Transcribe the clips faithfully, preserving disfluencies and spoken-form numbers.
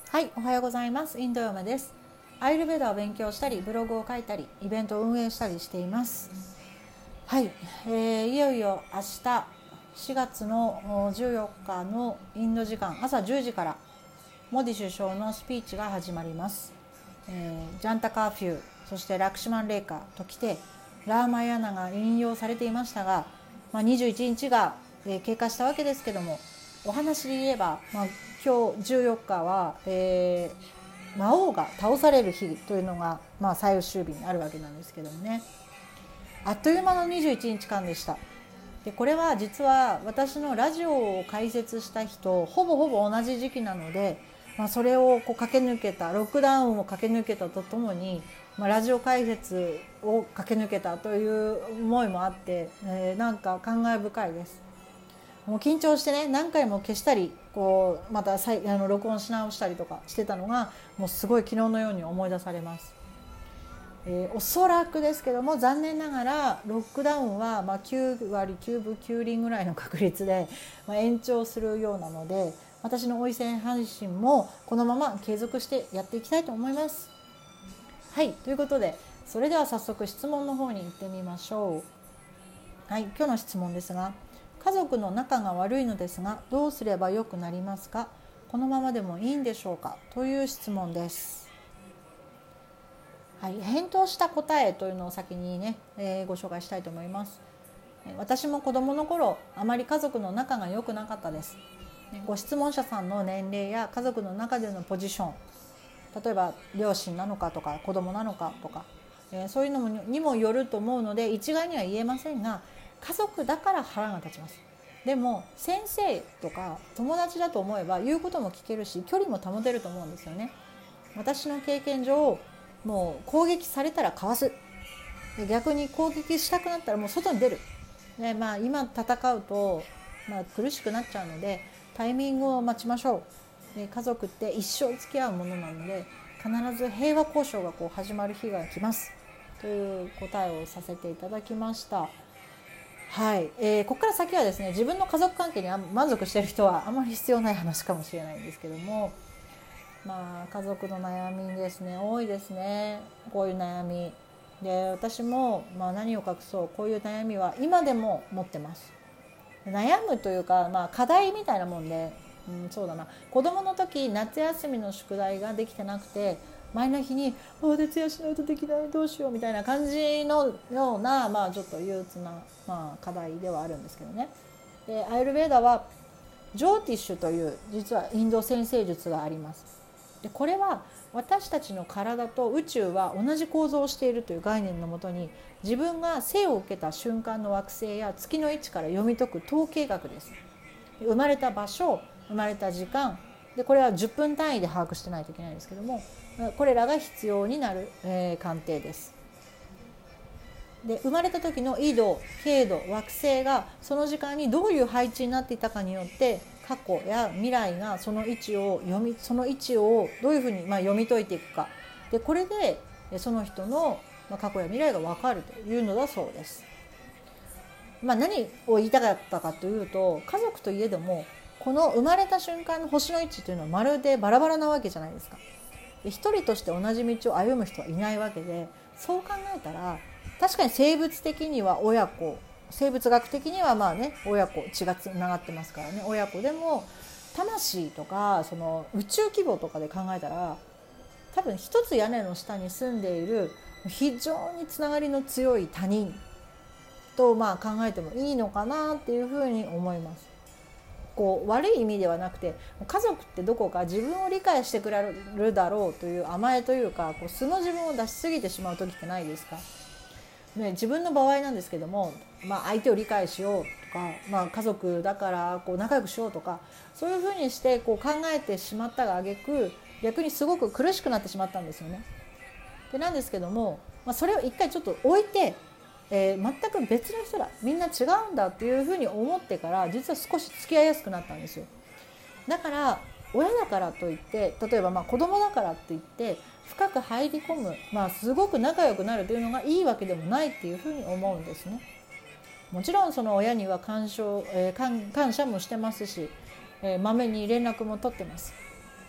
はい、おはようございます。インド嫁です。アイルベーダを勉強したり、ブログを書いたり、イベントを運営したりしています。はい、えー、いよいよ明日しがつのじゅうよっかのインド時間朝じゅうじからモディ首相のスピーチが始まります。えー、ジャンタカーフュー、そしてラクシュマンレーカときてラーマヤナが引用されていましたが、まあ、にじゅういちにちが経過したわけですけども、お話で言えば、まあ、今日じゅうよっかは、えー、魔王が倒される日というのが、まあ、最終日にあるわけなんですけどもね、あっという間のにじゅういちにちかんでした。でこれは実は私のラジオを開設した日とほぼほぼ同じ時期なので、まあ、それをこう駆け抜けたロックダウンを駆け抜けたとともに、まあ、ラジオ解説を駆け抜けたという思いもあって、えー、なんか感慨深いです。もう緊張してね、何回も消したりこうまた再あの録音し直したりとかしてたのがもうすごい昨日のように思い出されます。えー、おそらくですけども残念ながらロックダウンはまあきゅうわりきゅうぶきゅうりんぐらいの確率でまあ延長するようなので、私の音声配信もこのまま継続してやっていきたいと思います。はい、ということでそれでは早速質問の方に行ってみましょう。はい、今日の質問ですが、家族の仲が悪いのですがどうすれば良くなりますか？このままでもいいんでしょうか？という質問です。はい、返答した答えというのを先にね、えー、ご紹介したいと思います。私も子どもの頃あまり家族の仲が良くなかったです。ご質問者さんの年齢や家族の中でのポジション、例えば両親なのかとか子供なのかとか、えー、そういうのにもよると思うので一概には言えませんが、家族だから腹が立ちます。でも先生とか友達だと思えば言うことも聞けるし距離も保てると思うんですよね。私の経験上、もう攻撃されたらかわす、逆に攻撃したくなったらもう外に出る、で、まあ、今戦うと、まあ、苦しくなっちゃうのでタイミングを待ちましょう。で家族って一生付き合うものなので必ず平和交渉がこう始まる日が来ますという答えをさせていただきました。はい、えー、ここから先はですね、自分の家族関係に満足している人はあまり必要ない話かもしれないんですけども、まあ、家族の悩みですね、多いですね、こういう悩みで。私も、まあ、何を隠そうこういう悩みは今でも持ってます。悩むというか、まあ、課題みたいなもんで、うん、そうだな、子供の時夏休みの宿題ができてなくて前の日に「あ徹夜しないとできない、どうしよう」みたいな感じのような、まあ、ちょっと憂鬱な、まあ、課題ではあるんですけどね。でアイルベーダはジョーティッシュという実はインド占星術があります。でこれは私たちの体と宇宙は同じ構造をしているという概念のもとに、自分が生を受けた瞬間の惑星や月の位置から読み解く統計学です。生まれた場所、生まれた時間で、これはじゅっぷん単位で把握してないといけないんですけども、これらが必要になる、えー、鑑定です。で生まれた時の緯度、経度、惑星がその時間にどういう配置になっていたかによって過去や未来がその位置を読みその位置をどういうふうにまあ読み解いていくかで、これでその人の過去や未来が分かるというのだそうです。まあ、何を言いたかったかというと、家族といえどもこの生まれた瞬間の星の位置というのはまるでバラバラなわけじゃないですか。で一人として同じ道を歩む人はいないわけで、そう考えたら確かに生物的には親子、生物学的にはまあね親子、血がつながってますからね、親子でも魂とかその宇宙規模とかで考えたら多分一つ屋根の下に住んでいる非常につながりの強い他人とまあ考えてもいいのかなっていうふうに思います。こう悪い意味ではなくて、家族ってどこか自分を理解してくれるだろうという甘えというか、こう素の自分を出しすぎてしまう時ってないですか。ね、自分の場合なんですけども、まあ、相手を理解しようとか、まあ、家族だからこう仲良くしようとか、そういうふうにしてこう考えてしまったが挙句逆にすごく苦しくなってしまったんですよね。でなんですけども、まあ、それを一回ちょっと置いて、えー、全く別の人だ、みんな違うんだっていうふうに思ってから実は少し付き合いやすくなったんですよ。だから親だからといって、例えばまあ子供だからといって深く入り込む、まあ、すごく仲良くなるというのがいいわけでもないっていうふうに思うんですね。もちろんその親には感謝、えー、感謝もしてますし、えー、まめに連絡も取ってます。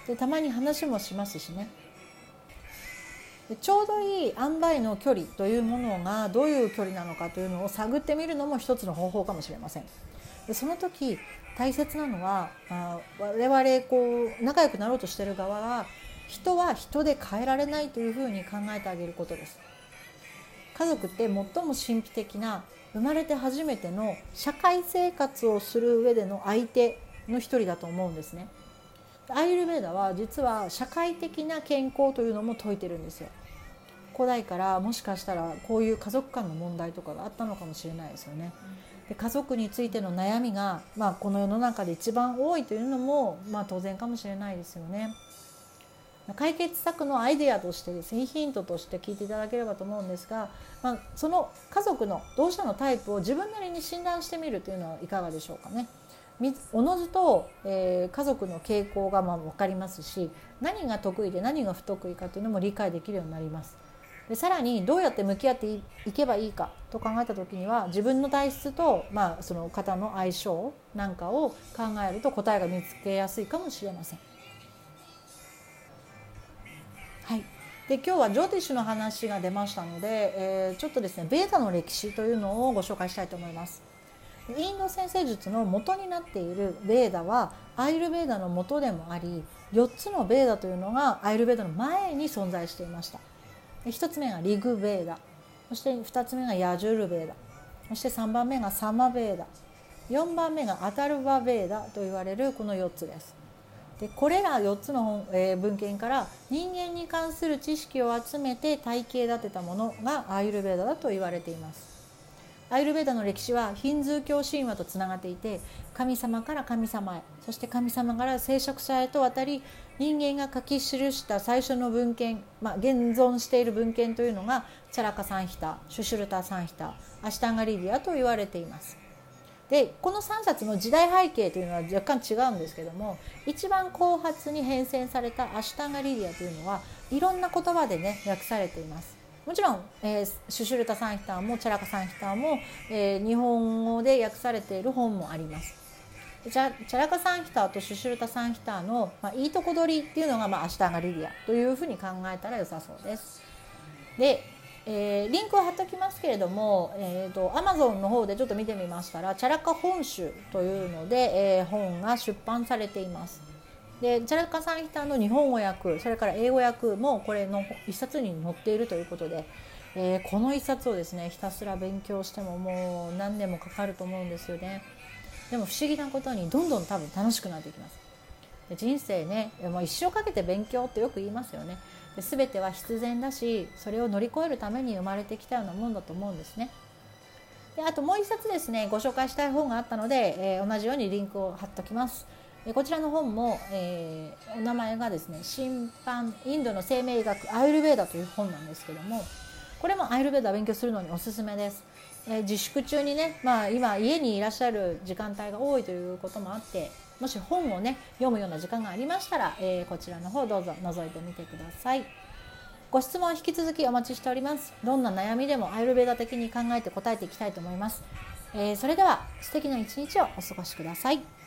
でたまに話もしますしね。でちょうどいい塩梅の距離というものがどういう距離なのかというのを探ってみるのも一つの方法かもしれません。でその時大切なのは、あ我々こう仲良くなろうとしている側は、人は人で変えられないというふうに考えてあげることです。家族って最も神秘的な、生まれて初めての社会生活をする上での相手の一人だと思うんですね。アーユルヴェーダは実は社会的な健康というのも説いてるんですよ。古代からもしかしたらこういう家族間の問題とかがあったのかもしれないですよね。で家族についての悩みが、まあ、この世の中で一番多いというのも、まあ、当然かもしれないですよね。解決策のアイデアとしてですね、ヒントとして聞いていただければと思うんですが、まあ、その家族のどうしたのタイプを自分なりに診断してみるというのはいかがでしょうかね。おのずと、えー、家族の傾向がまあ分かりますし、何が得意で何が不得意かというのも理解できるようになります。でさらにどうやって向き合っていけばいいかと考えた時には、自分の体質と、まあ、その方の相性なんかを考えると答えが見つけやすいかもしれません。はい、で今日はジョーティッシュの話が出ましたので、えー、ちょっとですねベーダの歴史というのをご紹介したいと思います。インド占星術の元になっているベーダはアイルベーダの元でもあり、よっつのベーダというのがアイルベーダの前に存在していました。ひとつめがリグベーダ、そしてふたつめがヤジュルベーダ、そしてさんばんめがサマベーダ、よんばんめがアタルバベーダと言われるこのよっつです。でこれらよっつの本、えー、文献から人間に関する知識を集めて体系立てたものがアーユルヴェーダだと言われています。アーユルヴェーダの歴史はヒンズー教神話とつながっていて、神様から神様へ、そして神様から聖職者へと渡り、人間が書き記した最初の文献、まあ、現存している文献というのがチャラカサンヒタ、シュシュルタサンヒタ、アシタンガリディアと言われています。でこのさんさつの時代背景というのは若干違うんですけども、一番後発に変遷されたアシュタンガリディアというのはいろんな言葉でね訳されています。もちろん、えー、シュシュルタサンヒターもチャラカサンヒターも、えー、日本語で訳されている本もあります。チャ, チャラカサンヒターとシュシュルタサンヒターの、まあ、いいとこ取りっていうのが、まあ、アシュタンガリディアというふうに考えたら良さそうです。でえー、リンクを貼っておきますけれども、えーと、Amazon の方でちょっと見てみましたら、チャラカ本集というので、えー、本が出版されています。でチャラカサンヒターの日本語訳、それから英語訳もこれの一冊に載っているということで、えー、この一冊をですねひたすら勉強してももう何年もかかると思うんですよね。でも不思議なことにどんどん多分楽しくなっていきます。で人生ね、もう一生かけて勉強ってよく言いますよね。で全ては必然だし、それを乗り越えるために生まれてきたようなもんだと思うんですね。であともう一冊ですねご紹介したい本があったので、えー、同じようにリンクを貼っておきます。こちらの本も、えー、お名前がですね新版インドの生命医学アーユルヴェーダという本なんですけども、これもアーユルヴェーダを勉強するのにおすすめです。えー、自粛中にね、まあ、今家にいらっしゃる時間帯が多いということもあって、もし本をね読むような時間がありましたら、えー、こちらの方どうぞ覗いてみてください。ご質問引き続きお待ちしております。どんな悩みでもアーユルヴェーダ的に考えて答えていきたいと思います。えー、それでは素敵な一日をお過ごしください。